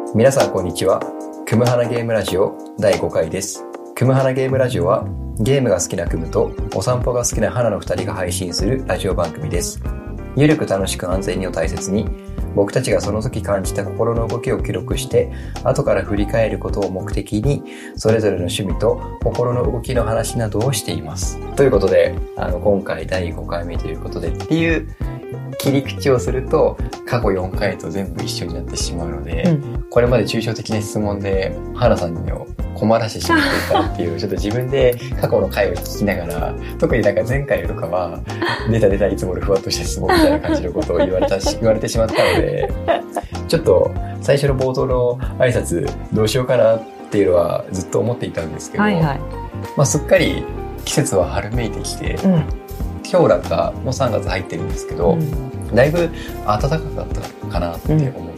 皆さんこんにちは。クムハナゲームラジオ第5回です。クムハナゲームラジオはゲームが好きなクムとお散歩が好きなハナの2人が配信するラジオ番組です。ゆるく楽しく安全にを大切に、僕たちがその時感じた心の動きを記録して後から振り返ることを目的にそれぞれの趣味と心の動きの話などをしています。ということで今回第5回目ということでっていう切り口をすると過去4回と全部一緒になってしまうので、これまで抽象的な質問で花さんを困らしてしまっていたっていうちょっと自分で過去の回を聞きながら、特になんか前回とかは出たいつものふわっとした質問みたいな感じのことを言われてしまったので、ちょっと最初の冒頭の挨拶どうしようかなっていうのはずっと思っていたんですけど、すっかり季節は春めいてきて、今日なんかもう3月入ってるんですけど、だいぶ暖かかったかなって思って、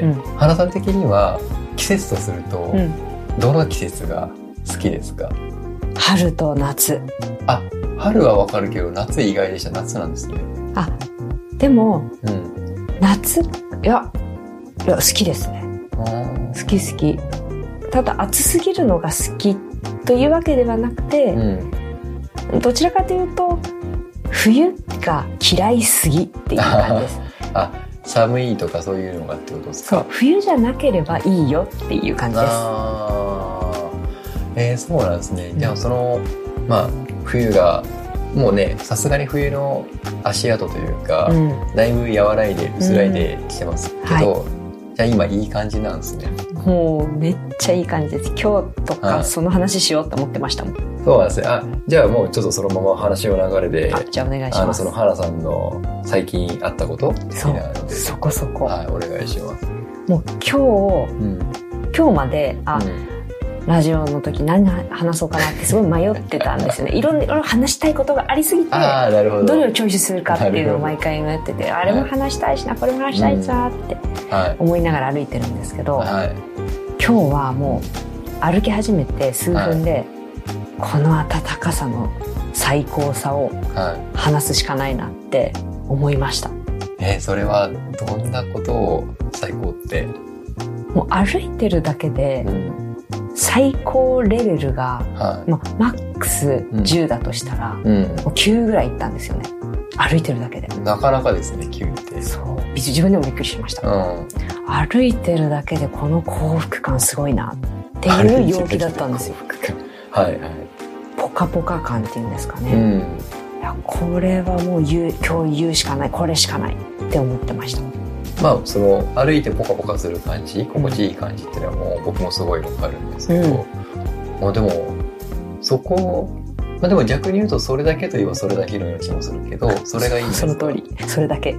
花さん的には季節とすると、どの季節が好きですか？ 春と夏。 春はわかるけど夏意外でした。夏なんですね。 でも、夏いや好きですね。好き。ただ暑すぎるのが好きというわけではなくて、どちらかというと冬が嫌いすぎっていう感じです。 寒いとかそういうのがってことですか？ そう、冬じゃなければいいよっていう感じです。そうなんですね。じゃあ冬がもうね、さすがに冬の足跡というか、だいぶ和らいで薄らいできてますけど、じゃあ今いい感じなんですね。 もうめっちゃいい感じです。今日とかその話しようと思ってましたもん。 そうなんですね。じゃあもうちょっとそのまま話の流れで、 じゃあお願いします。 その花さんの最近あったこと好きなので、 そこそこ。 お願いします。 もう今日までラジオの時何話そうかなってすごい迷ってたんですよね。いろいろ話したいことがありすぎて、どれをチョイスするかっていうのを毎回迷ってて、あれも話したいしな、これも話したいさって思いながら歩いてるんですけど、今日はもう歩き始めて数分で、この暖かさの最高さを話すしかないなって思いました。 それはどんなことを最高って？ もう歩いてるだけで、最高レベルが、マックス10だとしたら、もう9ぐらいいったんですよね。歩いてるだけで。 なかなかですね、9って。 そう。自分でもびっくりしました。歩いてるだけでこの幸福感すごいなっていう陽気だったんですよ。ポカポカ感っていうんですかね。いや、これはもう今日言うしかない、これしかないって思ってました。 その歩いてポカポカする感じ、心地いい感じっていうのはもう僕もすごいわかるんですけど、でもそこ、でも逆に言うとそれだけといえばそれだけのような気もするけど、それがいいんですか？ その通り、それだけ。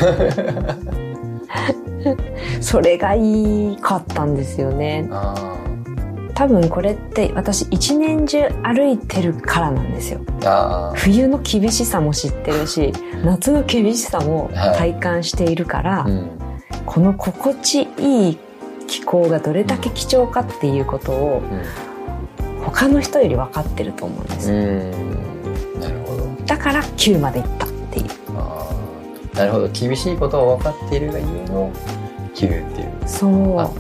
それがいいかったんですよね。多分これって私一年中歩いてるからなんですよ。冬の厳しさも知ってるし、夏の厳しさも体感しているから、この心地いい気候がどれだけ貴重かっていうことを、他の人より分かってると思うんです。 なるほど。 だから9まで行ったっていう。 なるほど。厳しいことは分かっているがゆえの9っていう。 そう。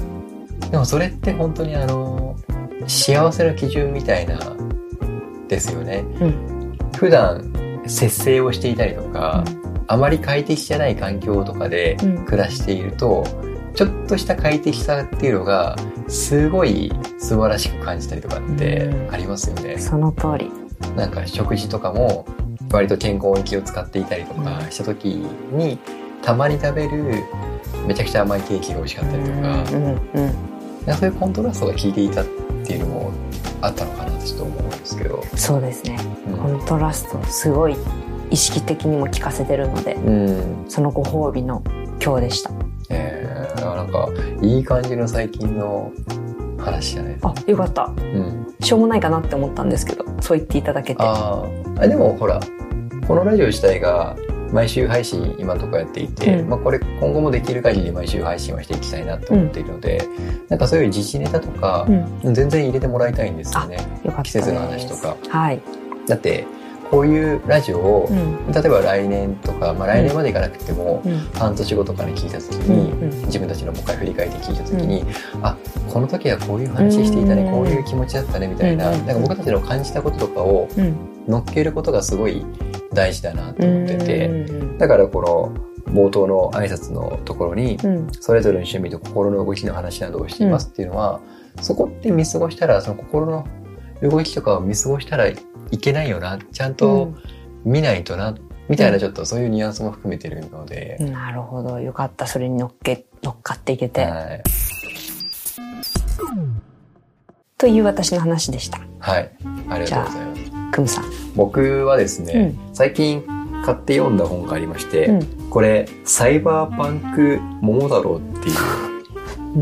でもそれって本当に幸せの基準みたいなですよね。普段節制をしていたりとか、あまり快適じゃない環境とかで暮らしていると、ちょっとした快適さっていうのがすごい素晴らしく感じたりとかってありますよね。 その通り。 なんか食事とかも割と健康に気を使っていたりとかした時に、たまに食べるめちゃくちゃ甘いケーキが美味しかったりとか、そういうコントラストが効いていたっていうのもあったのかなとちょっと思うんですけど。そうですね、 コントラストすごい意識的にも効かせてるので、そのご褒美の今日でした。 なんかいい感じの最近の話じゃないですか。 よかった、しょうもないかなって思ったんですけど、そう言っていただけて。 でもほら、このラジオ自体が毎週配信今のところやっていて、これ今後もできる限り毎週配信はしていきたいなと思っているので、なんかそういう時事ネタとか、全然入れてもらいたいんですよね。季節の話とか。だってこういうラジオを、例えば来年とか、来年までいかなくても、半年後とかに聞いた時に、自分たちのもう一回振り返って聞いた時に、この時はこういう話していたね、こういう気持ちだったねみたいな、なんか僕たちの感じたこととかを乗っけることがすごい大事だなと思ってて、だからこの冒頭の挨拶のところに、それぞれの趣味と心の動きの話などをしていますっていうのは、そこって見過ごしたら、その心の動きとかを見過ごしたらいけないよな、ちゃんと見ないとな、みたいな、ちょっとそういうニュアンスも含めてるので。 なるほど。よかった。それに乗っかっていけて。はい。という私の話でした。 はい。ありがとうございます。 クムさん。 僕はですね、最近買って読んだ本がありまして、これ、サイバーパンク桃太郎っていう。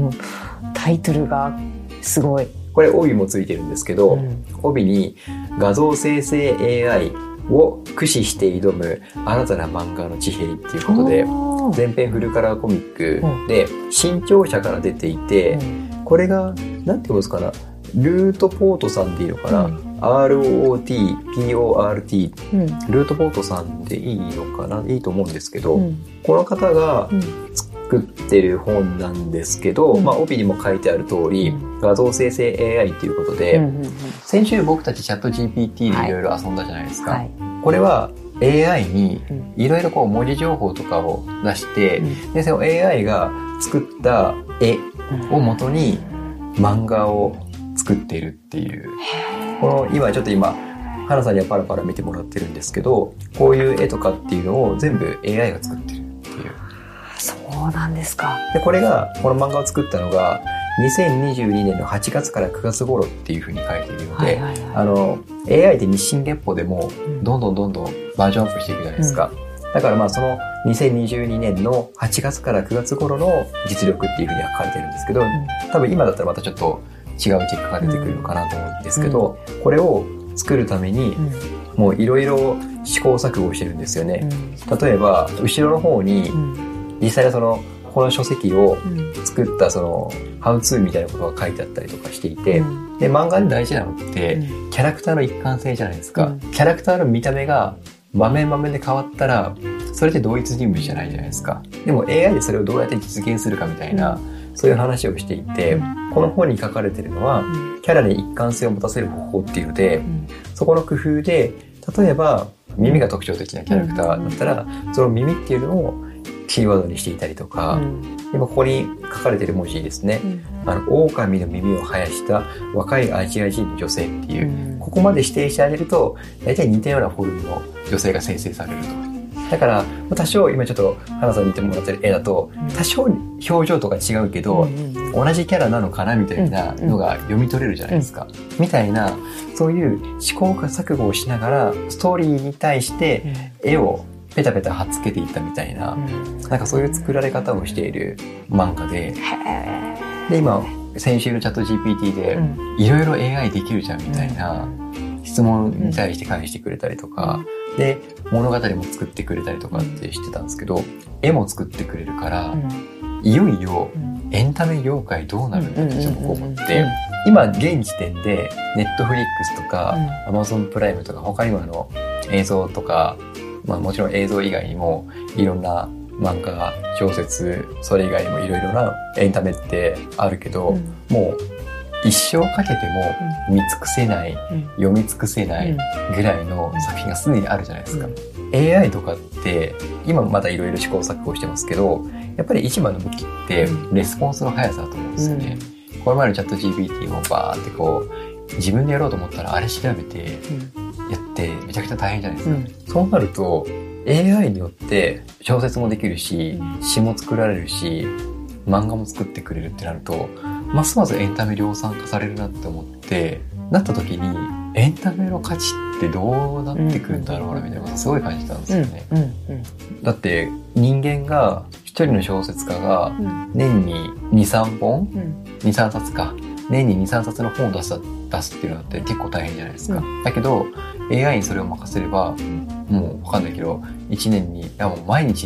タイトルがすごい。 これ帯もついてるんですけど、帯に画像生成 AI を駆使して挑む新たな漫画の地平っていうことで、全編フルカラーコミックで新潮社から出ていて、これがなんていうんですかな、ルートポートさんでいいのかな、ROTPORT、ルートポートさんでいいのかな、いいと思うんですけど、この方が作ってる本なんですけど、帯にも書いてある通り、画像生成 AI ということで、先週僕たちチャット GPT でいろいろ遊んだじゃないですか。これは AI にいろいろこう文字情報とかを出して、でその AI が作った絵を元に漫画を作っているっていう。この今花さんにはパラパラ見てもらってるんですけど、こういう絵とかっていうのを全部 AI が作ってるっていう。 そうなんですか。 で、この漫画を作ったのが、2022年の8月から9月頃っていうふうに書いているので、AI で日進月歩でもどんどんバージョンアップしていくじゃないですか。だからその2022年の8月から9月頃の実力っていうふうには書かれてるんですけど、多分今だったらまたちょっと違う結果が出てくるのかなと思うんですけど、これを作るためにもういろいろ試行錯誤してるんですよね。例えば後ろの方に実際はこの書籍を作ったハウツーみたいなことが書いてあったりとかしていて、で漫画で大事なのってキャラクターの一貫性じゃないですか。キャラクターの見た目が場面で変わったらそれって同一人物じゃないじゃないですか。でも AI でそれをどうやって実現するかみたいな、そういう話をしていて、この本に書かれてるのはキャラに一貫性を持たせる方法っていうので、そこの工夫で、例えば耳が特徴的なキャラクターだったら、その耳っていうのをキーワードにしていたりとか、今ここに書かれてる文字ですね、狼の耳を生やした若いアジア人の女性っていう、ここまで指定してあげると大体似たようなフォルムの女性が生成されると。だから多少今ちょっと花さんに見てもらってる絵だと多少表情とか違うけど、同じキャラなのかなみたいなのが読み取れるじゃないですか、みたいな、そういう試行錯誤をしながらストーリーに対して絵をペタペタ貼っつけていったみたいな、なんかそういう作られ方をしている漫画で、で今先週のチャット GPT でいろいろ AI できるじゃんみたいな質問に対して返してくれたりとか、で物語も作ってくれたりとかってしてたんですけど、絵も作ってくれるから、いよいよエンタメ業界どうなるんだってちょっと思って、今現時点で Netflix とか Amazon プライムとか他にも映像とか、もちろん映像以外にもいろんな漫画、小説、それ以外にもいろいろなエンタメってあるけど、もう一生かけても見尽くせない、読み尽くせないぐらいの作品がすでにあるじゃないですか。AI とかって今まだいろいろ試行錯誤してますけど、やっぱり一番の武器ってレスポンスの速さだと思うんですよね。これまでのチャット GPT もバーって自分でやろうと思ったらあれ調べてやってめちゃくちゃ大変じゃないですか。そうなると AI によって小説もできるし、詩も作られるし、漫画も作ってくれるってなると、ますますエンタメ量産化されるなって思って、なった時にエンタメの価値ってどうなってくるんだろうなみたいなことすごい感じたんですよね。だって人間が一人の小説家が年に 2,3 本、2,3 冊か、年に 2,3 冊の本を出すっていうのって結構大変じゃないですか。だけど AI にそれを任せれば、もうわかんないけど1年にもう毎日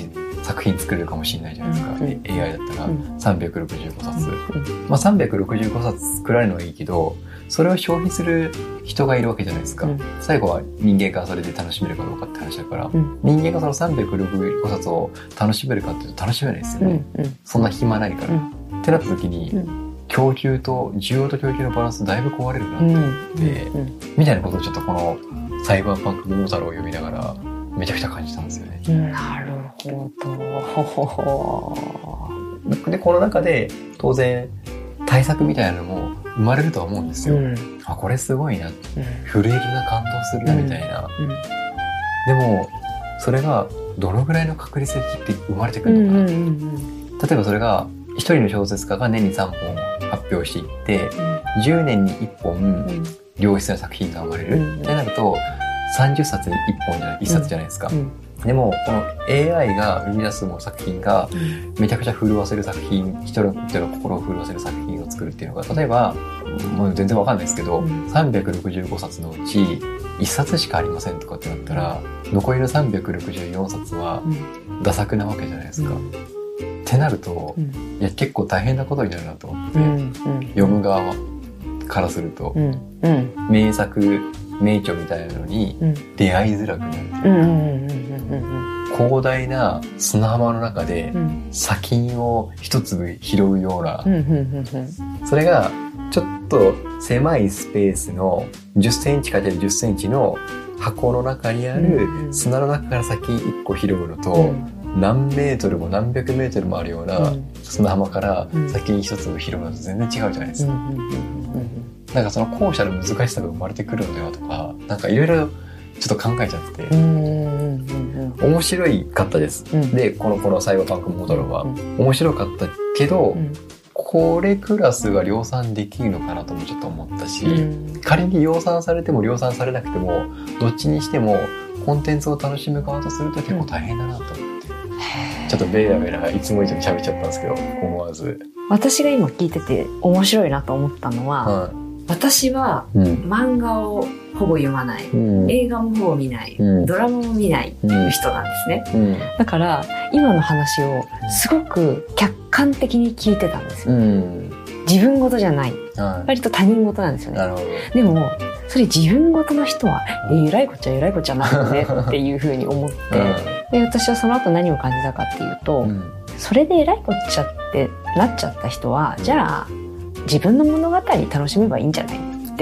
作品作れるかもしれないじゃないですか、AI だったら365冊、365冊作られるのはいいけど、それを消費する人がいるわけじゃないですか、最後は人間がそれで楽しめるかどうかって話だから、人間がその365冊を楽しめるかっていうと楽しめないですよね、そんな暇ないから、ってなった時に、供給と需要と供給のバランスだいぶ壊れるなって思って、みたいなことをちょっとこのサイバーパンク桃太郎を読みながらめちゃくちゃ感じたんですよね。 なるほど。でこの中で当然対策みたいなのも生まれるとは思うんですよ、あ、これすごいな、震えるな、感動するなみたいな、でもそれがどのぐらいの確率で生まれてくるのかな、例えばそれが一人の小説家が年に3本発表していって、10年に1本良質な作品が生まれる、ってなると30冊に1冊じゃないですか、でもこの AI が生み出すも作品がめちゃくちゃ震わせる作品、人の心を震わせる作品を作るっていうのが、例えばもう全然わかんないですけど、365冊のうち1冊しかありませんとかってなったら、残りの364冊は駄作なわけじゃないですか、ってなると、いや結構大変なことになるなと思って、読む側からすると、名作名著みたいなのに出会いづらくなるというか、広大な砂浜の中で砂金を一粒拾うような、それがちょっと狭いスペースの10センチ ×10 センチの箱の中にある砂の中から砂金1個拾うのと、何メートルも何百メートルもあるような砂浜から砂金一粒拾うのと全然違うじゃないですか。なんかその後者の難しさが生まれてくるのではとか、なんかいろいろちょっと考えちゃって、面白かったです、でこのサイバーパンク桃太郎は面白かったけど、これクラスが量産できるのかなともちょっと思ったし、仮に量産されても量産されなくてもどっちにしてもコンテンツを楽しむ側とすると結構大変だなと思って、ちょっとベラベラいつも以上に喋っちゃったんですけど、思わず。 私が今聞いてて面白いなと思ったのは、私は漫画をほぼ読まない、映画もほぼ見ない、ドラマも見ない人なんですね、だから今の話をすごく客観的に聞いてたんですよ、自分事じゃない、割と他人事なんですよね。 なるほど。 でもそれ自分事の人はえらいこっちゃえらいこっちゃないよねっていうふうに思って、で私はその後何を感じたかっていうと、それでえらいこっちゃってなっちゃった人は、じゃあ自分の物語楽しめばいいんじゃないって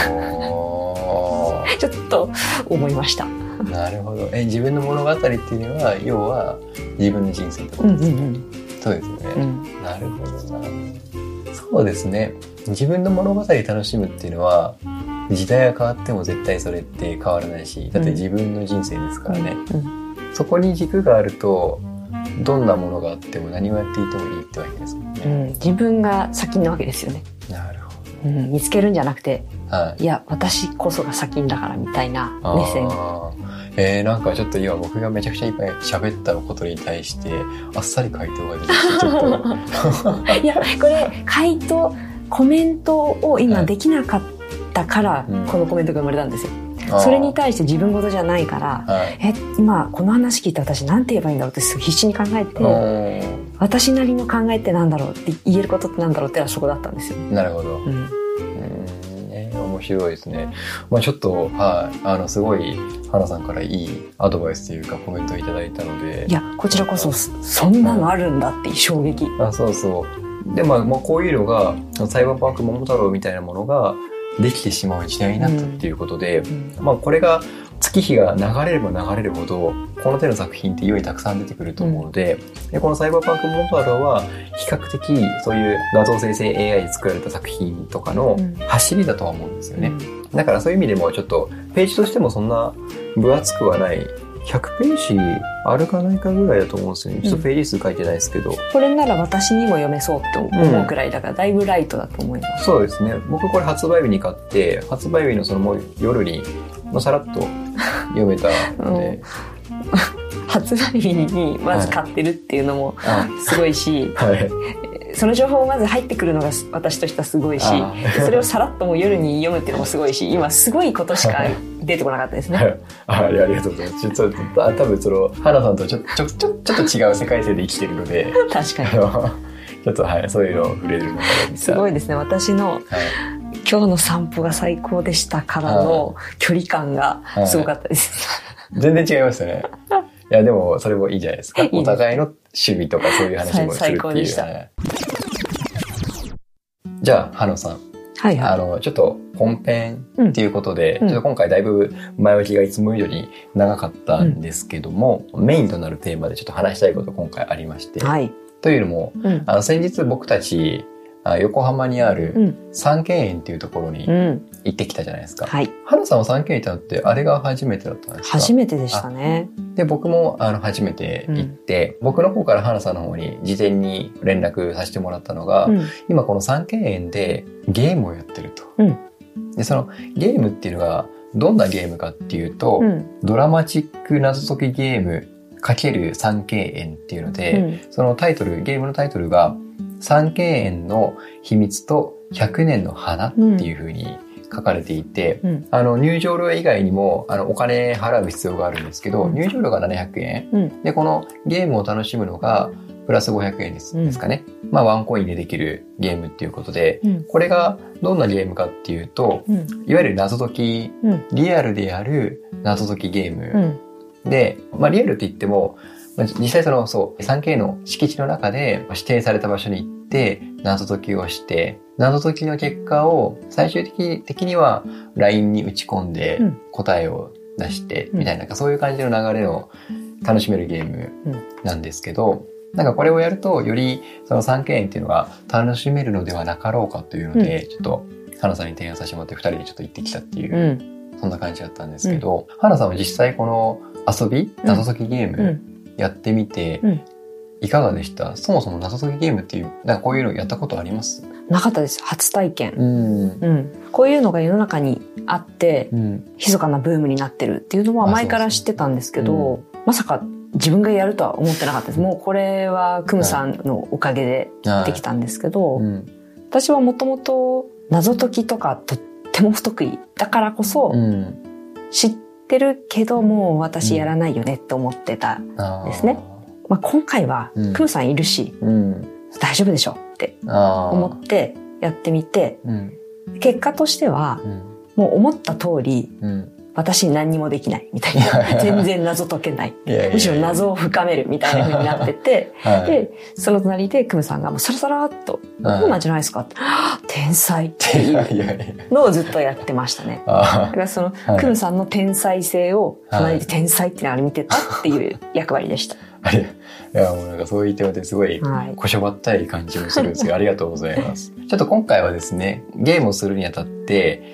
ちょっと思いました。 なるほど。自分の物語っていうのは要は自分の人生ってことですね、そうですよね、なるほどな。そうですね、自分の物語楽しむっていうのは時代が変わっても絶対それって変わらないし、だって自分の人生ですからね、そこに軸があるとどんなものがあっても何をやっていてもいいってわけですもんね、 自分が先なわけですよね。 なるほど、 見つけるんじゃなくて、いや私こそが先だからみたいな目線。 なんかちょっと今僕がめちゃくちゃいっぱい喋ったことに対してあっさり回答が出てきてちょっといやこれ回答コメントを今できなかったから、このコメントが生まれたんですよ。それに対して自分事じゃないから、今この話聞いて私なんて言えばいいんだろうって必死に考えて、私なりの考えってなんだろうって言えることってなんだろうってのはそこだったんですよ。 なるほど、面白いですね。ちょっとすごい花さんからいいアドバイスというかコメントをいただいたので、 いやこちらこそそんなのあるんだっていう衝撃。 そうそうで、こういうのがサイバーパンク桃太郎みたいなものができてしまう時代になったっていうことで、これが月日が流れれば流れるほどこの手の作品って世にたくさん出てくると思うので、このサイバーパンク桃太郎は比較的そういう画像生成 AI で作られた作品とかの走りだとは思うんですよね、だからそういう意味でもちょっとページとしてもそんな分厚くはない、100ページあるかないかぐらいだと思うんですよね。ちょっとページ数書いてないですけど、 これなら私にも読めそうと思うくらいだから、だいぶライトだと思います。 そうですね。僕これ発売日に買って、発売日のそのもう夜にさらっと読めたので発売日にまず買ってるっていうのもすごいし、その情報まず入ってくるのが私としてはすごいし、それをさらっともう夜に読むっていうのもすごいし、今すごいことしか出出てこなかったですね。 ありがとうございます。多分花さんとちょっと違う世界線で生きてるので。 確かに。 ちょっとそういうのを触れるのがすごいですね。私の、今日の散歩が最高でしたからの距離感がすごかったです。 全然違いましたね。いや、でもそれもいいじゃないですか。お互いの趣味とかそういう話もするっていう。 最高でした。 じゃあ、花さん。 はいはい。 ちょっと本編っていうことで、ちょっと今回だいぶ前置きがいつもより長かったんですけども、メインとなるテーマでちょっと話したいことが今回ありまして、 はい。 というのも、先日僕たち横浜にある三軒園っていうところに行ってきたじゃないですか。はい。花さんは三軒園行ったのってあれが初めてだったんですか？ 初めてでしたね。 で、僕も初めて行って、僕の方から花さんの方に事前に連絡させてもらったのが、今この三軒園でゲームをやってると。で、そのゲームっていうのがどんなゲームかっていうと、ドラマチック謎解きゲーム×三軒園っていうので、そのゲームのタイトルが三軒園の秘密と100年の花っていう風に書かれていて、入場料以外にもお金払う必要があるんですけど、入場料が700円、でこのゲームを楽しむのがプラス500円ですかね。ワンコインでできるゲームっていうことで、これがどんなゲームかっていうと、いわゆる謎解き、リアルでやる謎解きゲーム、で、リアルって言っても、実際3K の敷地の中で指定された場所に行って謎解きをして、謎解きの結果を最終的には LINE に打ち込んで答えを出してみたいな、そういう感じの流れを楽しめるゲームなんですけど、これをやるとよりその3K 園っていうのが楽しめるのではなかろうかというので、ちょっと花さんに提案させてもらって2人でちょっと行ってきたっていう、そんな感じだったんですけど、花さんは実際この謎解きゲームやってみていかがでした？そもそも謎解きゲームっていうこういうのやったことあります？ なかったです。初体験。こういうのが世の中にあって、密かなブームになってるっていうのは前から知ってたんですけど、まさか自分がやるとは思ってなかったです。もうこれはクムさんのおかげでできたんですけど、私はもともと謎解きとかとっても不得意だからこそ、知ってるけどもう私やらないよねって思ってたんですね。今回はクムさんいるし、大丈夫でしょって思ってやってみて、結果としては、もう思った通り、私何にもできないみたいな。全然謎解けない。むしろ謎を深めるみたいな風になってて、で、その隣でクムさんがもうサラサラっと、こうなんじゃないですかって、天才っていうのをずっとやってましたね。だからその、クムさんの天才性を隣で天才っていうのを見てたっていう役割でした。 いや、もうそう言ってもらってすごいこしょばったい感じもするんですけど、ありがとうございます。ちょっと今回はですね、ゲームをするにあたって、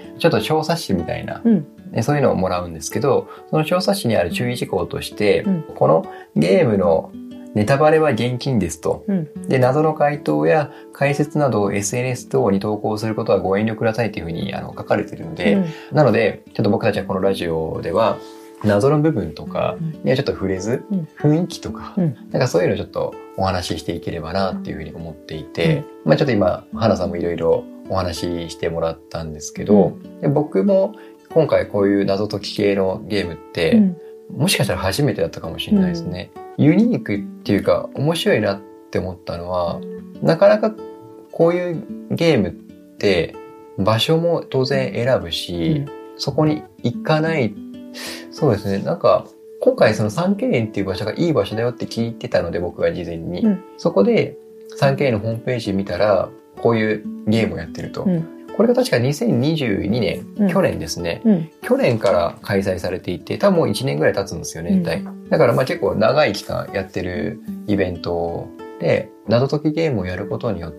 ちょっと小冊子みたいな、そういうのをもらうんですけど、その小冊子にある注意事項として、このゲームのネタバレは厳禁ですと。で、謎の回答や解説などを SNS 等に投稿することはご遠慮くださいというふうに書かれているので、なので、ちょっと僕たちはこのラジオでは、謎の部分とかにはちょっと触れず、雰囲気とか、そういうのをちょっとお話ししていければなっていうふうに思っていて、ちょっと今、花さんもいろいろお話ししてもらったんですけど、で僕も今回こういう謎解き系のゲームって、もしかしたら初めてだったかもしれないですね。ユニークっていうか面白いなって思ったのは、なかなかこういうゲームって場所も当然選ぶし、そこに行かない。そうですね。今回その三軒園っていう場所がいい場所だよって聞いてたので、僕は事前に。そこで三軒園のホームページ見たら、こういうゲームをやってると。これが確か2022年、去年ですね。去年から開催されていて、多分もう1年ぐらい経つんですよね、だから結構長い期間やってるイベントで、謎解きゲームをやることによって、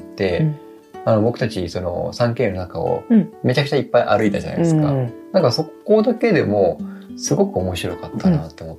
僕たちその三軒園の中をめちゃくちゃいっぱい歩いたじゃないですか。そこだけでも、すごく面白かったなって思って、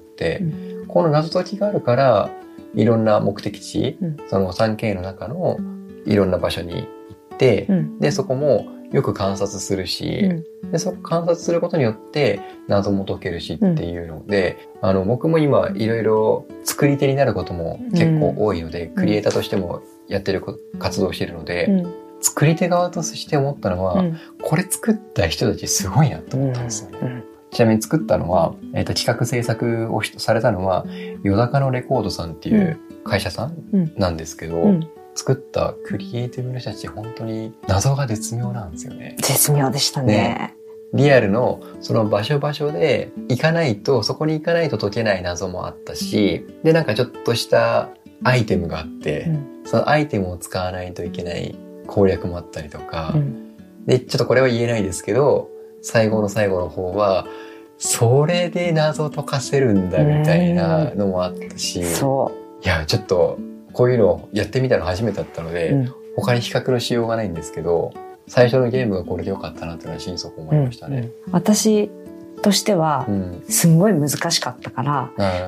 この謎解きがあるから、いろんな目的地、その 3K の中のいろんな場所に行って、で、そこもよく観察するし、で、そこ観察することによって謎も解けるしっていうので、僕も今いろいろ作り手になることも結構多いので、クリエイターとしてもやってる活動してるので、作り手側として思ったのは、これ作った人たちすごいなと思ったんですよね。 ちなみに作ったのは、企画制作をされたのは、よだかのレコードさんっていう会社さんなんですけど、作ったクリエイティブの人たち、本当に謎が絶妙なんですよね。 絶妙でしたね。 リアルのその場所でそこに行かないと解けない謎もあったし、で、なんかちょっとしたアイテムがあって、そのアイテムを使わないといけない攻略もあったりとか、で、ちょっとこれは言えないですけど、最後の方は、それで謎解かせるんだみたいなのもあったし、いや、ちょっとこういうのをやってみたの初めてだったので、他に比較のしようがないんですけど、最初のゲームがこれで良かったなっていうのは心底思いましたね。 私としては、すんごい難しかったから、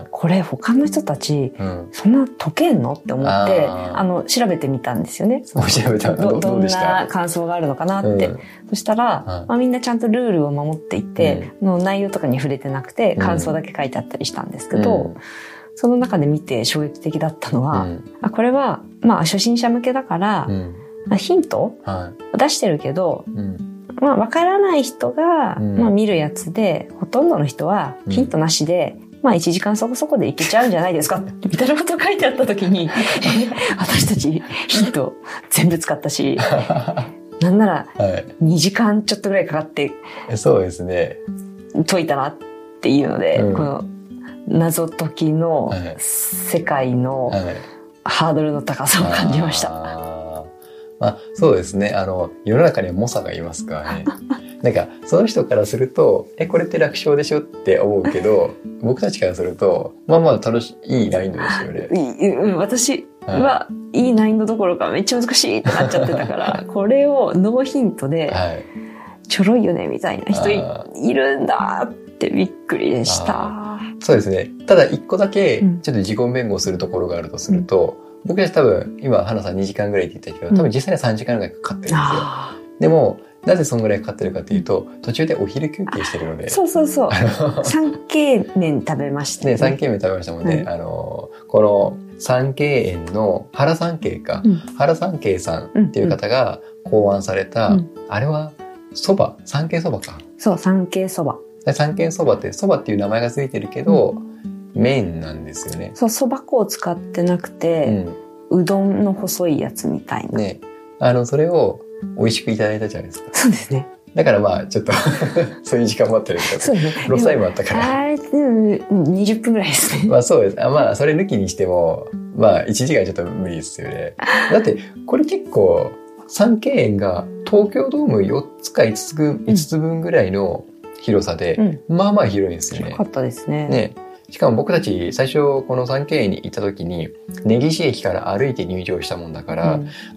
これ他の人たち、そんな解けんのって思って、調べてみたんですよね。 調べたどんな感想があるのかなって。そしたら、みんなちゃんとルールを守っていて、内容とかに触れてなくて、感想だけ書いてあったりしたんですけど、その中で見て衝撃的だったのは、これは、初心者向けだから、ヒントを出してるけど、わからない人が、見るやつで、ほとんどの人はヒントなしで、1時間そこそこでいけちゃうんじゃないですかみたいなこと書いてあった時に、私たちヒント全部使ったし、なんなら2時間ちょっとぐらいかかって、 そうですね。 解いたなっていうので、この謎解きの世界のハードルの高さを感じました。 そうですね。世の中には猛者がいますからね。なんか、その人からすると、これって楽勝でしょって思うけど、僕たちからすると、いい難易度ですよね。 私はいい難易度どころかめっちゃ難しいってなっちゃってたから、これをノーヒントで、ちょろいよねみたいな人いるんだってびっくりでした。 そうですね。ただ一個だけ、ちょっと自己弁護するところがあるとすると、僕たち多分、今、花さん2時間ぐらいって言ったけど、多分実際には3時間ぐらいかかってるんですよ。でも、なぜそんぐらいかかってるかというと、途中でお昼休憩してるので。 そう。三慶麺食べましたね。 三慶麺食べましたもんね。この三慶園の原三慶か。原三慶さんっていう方が考案された、あれは蕎麦三慶蕎麦か。 そう、三慶蕎麦。 三慶蕎麦って蕎麦っていう名前がついてるけど、麺なんですよね。 そう、蕎麦粉を使ってなくて、うどんの細いやつみたいな。 ね。それを美味しくいただいたじゃないですか。 そうですね。 だからちょっとそういう時間もあったりとか。そうですね。ロスタイムあったから。 あれ、20分ぐらいですね。 そうです。それ抜きにしても、1時間ちょっと無理ですよね。だって、これ結構、三慶園が東京ドーム4つか5つ分ぐらいの広さで、広いんですよね。 広かったですね。 ね。しかも僕たち最初この三慶園に行った時に根岸駅から歩いて入場したもんだから、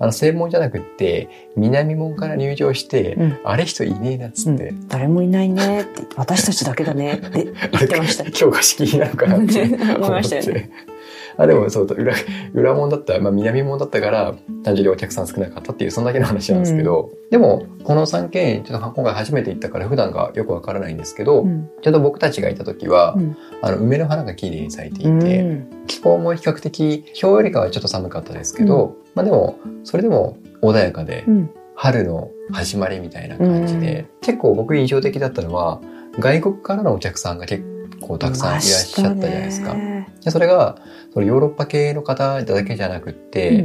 正門じゃなくって南門から入場して、あれ人いねえなっつって、 誰もいないねって言って、私たちだけだねって言ってました。 今日が仕切りなのかなって思いましたよね。でもそう、裏門だった、南門だったから、単純にお客さん少なかったっていう、そんだけの話なんですけど、でも、この三軒、ちょっと今回初めて行ったから普段がよくわからないんですけど、ちょうど僕たちがいた時は、梅の花が綺麗に咲いていて、気候も比較的、今日よりかはちょっと寒かったですけど、でも、それでも穏やかで、春の始まりみたいな感じで、結構僕印象的だったのは、外国からのお客さんが結構たくさんいらっしゃったじゃないですか。でそれが、ヨーロッパ系の方だけじゃなくって、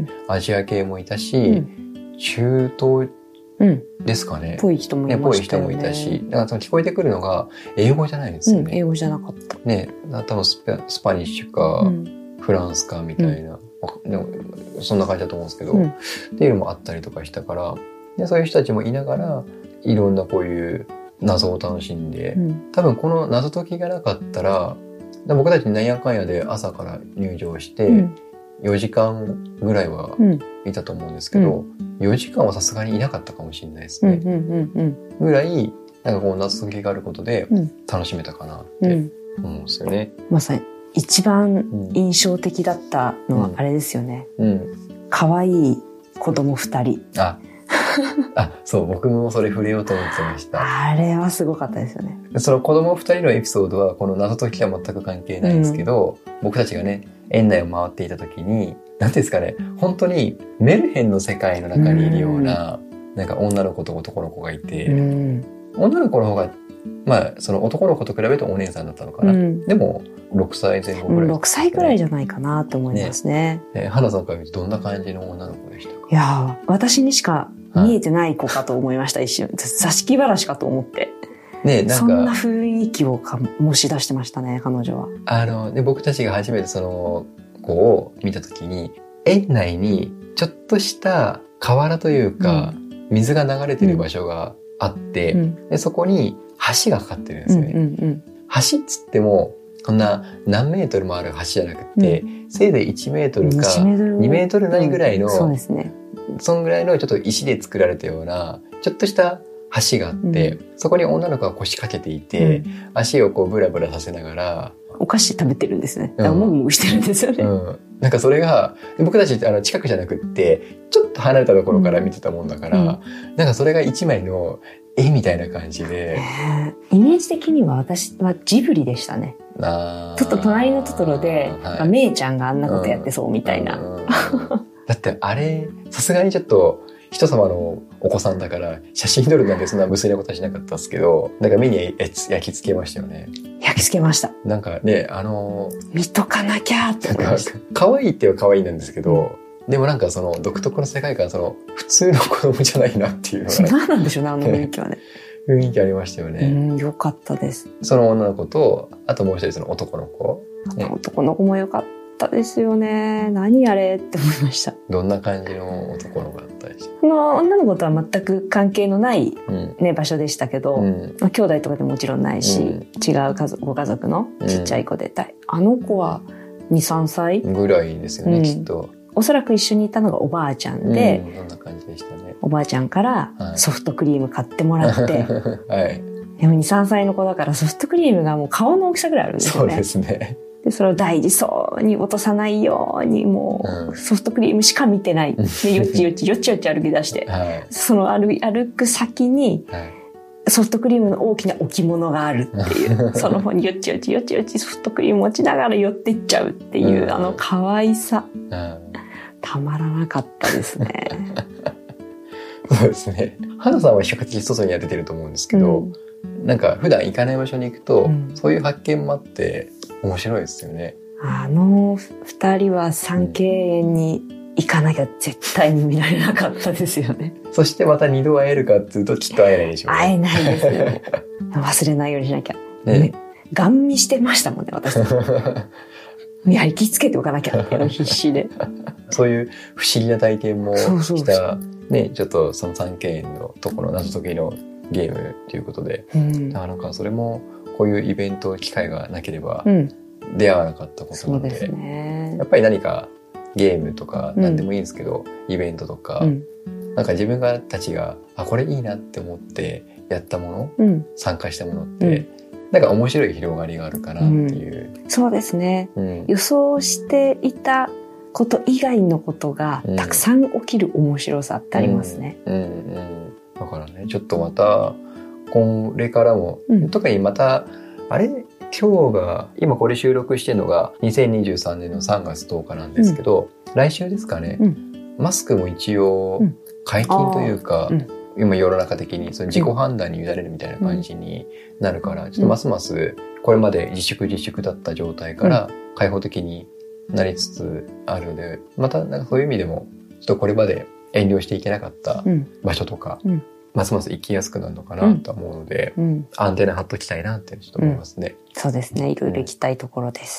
アジア系もいたし、中東ですかね。 ぽい人もいましたよね。 ぽい人もいたし、だから聞こえてくるのが英語じゃないんですよね。 英語じゃなかった。 ね、多分スパニッシュか、フランスかみたいな、でもそんな感じだと思うんですけど、っていうのもあったりとかしたから、でそういう人たちもいながら、いろんなこういう謎を楽しんで、多分この謎解きがなかったら、僕たちなんやかんやで朝から入場して、4時間ぐらいはいたと思うんですけど、4時間はさすがにいなかったかもしれないですね。ぐらい、なんかこう謎解きがあることで楽しめたかなって思うんですよね。 まさに一番印象的だったのはあれですよね。可愛い子供2人。 そう、僕もそれ触れようと思ってました。 あれはすごかったですよね。 その子供2人のエピソードはこの謎解きは全く関係ないんですけど、僕たちがね、園内を回っていた時に、なんていうんですかね、本当にメルヘンの世界の中にいるような、なんか女の子と男の子がいて、 女の子の方が、その男の子と比べるとお姉さんだったのかな。でも、6歳前後ぐらい、 6歳ぐらいじゃないかなと思いますね。 花さんから見てどんな感じの女の子でしたか？ いや私にしか見えてない子かと思いました、一瞬。座敷わらしかと思って。なんかそんな雰囲気を醸し出してましたね、彼女は。 で僕たちが初めてその子を見たときに、園内にちょっとした河原というか、水が流れてる場所があって、でそこに橋がかかってるんですよね。橋っつっても、こんな何メートルもある橋じゃなくて、せいぜい1メートルか2メートルないぐらいの、 そうですね。 そんぐらいのちょっと石で作られたような、ちょっとした橋があって、そこに女の子が腰掛けていて、足をこうブラブラさせながら、 お菓子食べてるんですね。もぐもぐしてるんですよね。 なんかそれが、僕たち近くじゃなくって、ちょっと離れたところから見てたもんだから、なんかそれが一枚の絵みたいな感じで。 イメージ的には私はジブリでしたね。ちょっと隣のトトロで、メイちゃんがあんなことやってそうみたいな。 だってあれ、さすがにちょっと、人様のお子さんだから写真撮るなんてそんな無粋なことはしなかったですけど、なんか目に焼き付けましたよね。 焼き付けました。 なんかね、 見とかなきゃって思いました。 可愛いっては可愛いなんですけど、でもなんかその独特の世界観、普通の子供じゃないなっていうのが。 何なんでしょうね、あの雰囲気はね。 雰囲気ありましたよね。 よかったです。 その女の子と、あともう一人その男の子。 男の子もよかったですよね。何あれって思いました。 どんな感じの男の子だったでしょう？女の子とは全く関係のない、場所でしたけど、兄弟とかでもちろんないし、違うご家族のちっちゃい子で、あの子は2、3歳ぐらいですよね、きっと。 おそらく一緒にいたのがおばあちゃんで、 そんな感じでしたね。 おばあちゃんからソフトクリーム買ってもらって、 はい、 でも2、3歳の子だからソフトクリームがもう顔の大きさぐらいあるんですよね。 そうですね。 で、それを大事そうに落とさないように、もう、ソフトクリームしか見てない。で、よちよち歩き出して、その歩く先に、ソフトクリームの大きな置物があるっていう、その方によちよちソフトクリーム持ちながら寄っていっちゃうっていう、可愛さ。たまらなかったですね。 そうですね。花さんは比較的外には出てると思うんですけど、なんか普段行かない場所に行くと、そういう発見もあって面白いですよね。 二人は三景園に行かなきゃ絶対に見られなかったですよね。 そしてまた二度会えるかっていうときっと会えないでしょうね。 会えないですよね。忘れないようにしなきゃ。ね、ガン見してましたもんね、私。やりきつけておかなきゃって必死で。 そういう不思議な体験もした、ね、ちょっとその三景園のところ謎解きのゲームということで、なんかそれもこういうイベント機会がなければ出会わなかったことなので、 そうですね、 やっぱり何かゲームとか何でもいいんですけど、イベントとか、なんか自分たちがこれいいなって思ってやったもの、参加したものって、なんか面白い広がりがあるかなっていう。 そうですね、予想していたこと以外のことがたくさん起きる面白さってありますね。 だからね、ちょっとまたこれからも、特にまた今これ収録してるのが2023年の3月10日なんですけど、来週ですかね、マスクも一応解禁というか、今世の中的にその自己判断に委ねるみたいな感じになるから、ちょっとますますこれまで自粛だった状態から開放的になりつつあるので、またなんかそういう意味でもちょっとこれまで遠慮していけなかった場所とか、ますます行きやすくなるのかなと思うので、アンテナ張っときたいなってちょっと思いますね。 そうですね、いろいろ行きたいところです。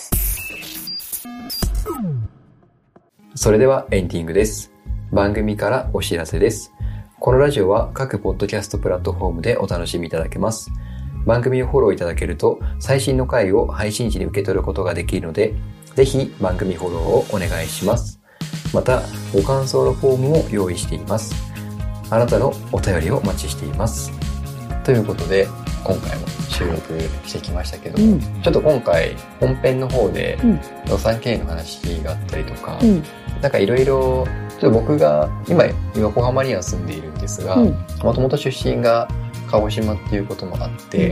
それではエンディングです。番組からお知らせです。このラジオは各ポッドキャストプラットフォームでお楽しみいただけます。番組をフォローいただけると最新の回を配信時に受け取ることができるので、ぜひ番組フォローをお願いします。また、ご感想のフォームも用意しています。あなたのお便りをお待ちしています。ということで、今回も収録してきましたけども、ちょっと今回本編の方で予算経営の話があったりとか、なんかいろいろ僕が今横浜には住んでいるんですが、もともと出身が鹿児島っていうこともあって、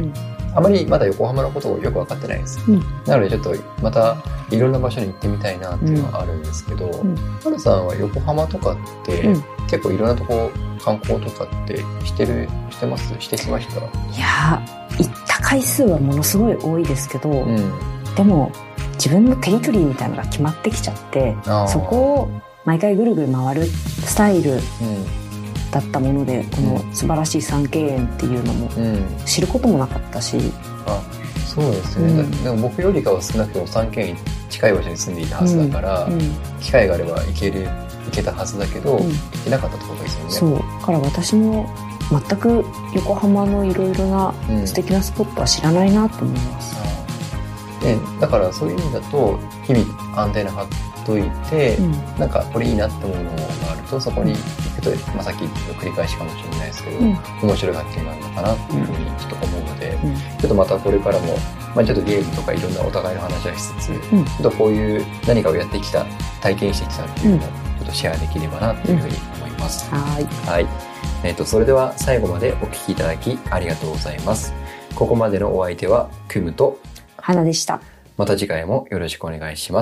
あまりまだ横浜のことをよく分かってないんですよ、なのでちょっとまたいろんな場所に行ってみたいなっていうのはあるんですけど、はるさんは横浜とかって、結構いろんなとこ観光とかってしてました？ いや行った回数はものすごい多いですけど、でも自分のテリトリーみたいなのが決まってきちゃって、そこを毎回ぐるぐる回るスタイルだったもので、この素晴らしい三景園っていうのも知ることもなかったし、 そうですね、でも僕よりかは少なくとも三景園近い場所に住んでいたはずだから、機会があれば行けたはずだけど、行ってなかったってことですよね。 そうだから私も全く横浜のいろいろな素敵なスポットは知らないなと思います、 だからそういう意味だと日々アンテナ張っといて、なんかこれいいなって思うのがあるとそこに行くと、さっきの繰り返しかもしれないですけど、面白い発見があるのかなっていうふうにちょっと思うので、ちょっとまたこれからも、ちょっとゲームとかいろんなお互いの話はしつつ、ちょっとこういう何かをやってきた体験してきたっていうのをちょっとシェアできればなっていうふうに思います、はい。それでは最後までお聞きいただきありがとうございます。ここまでのお相手はクムと花でした。 また次回もよろしくお願いします。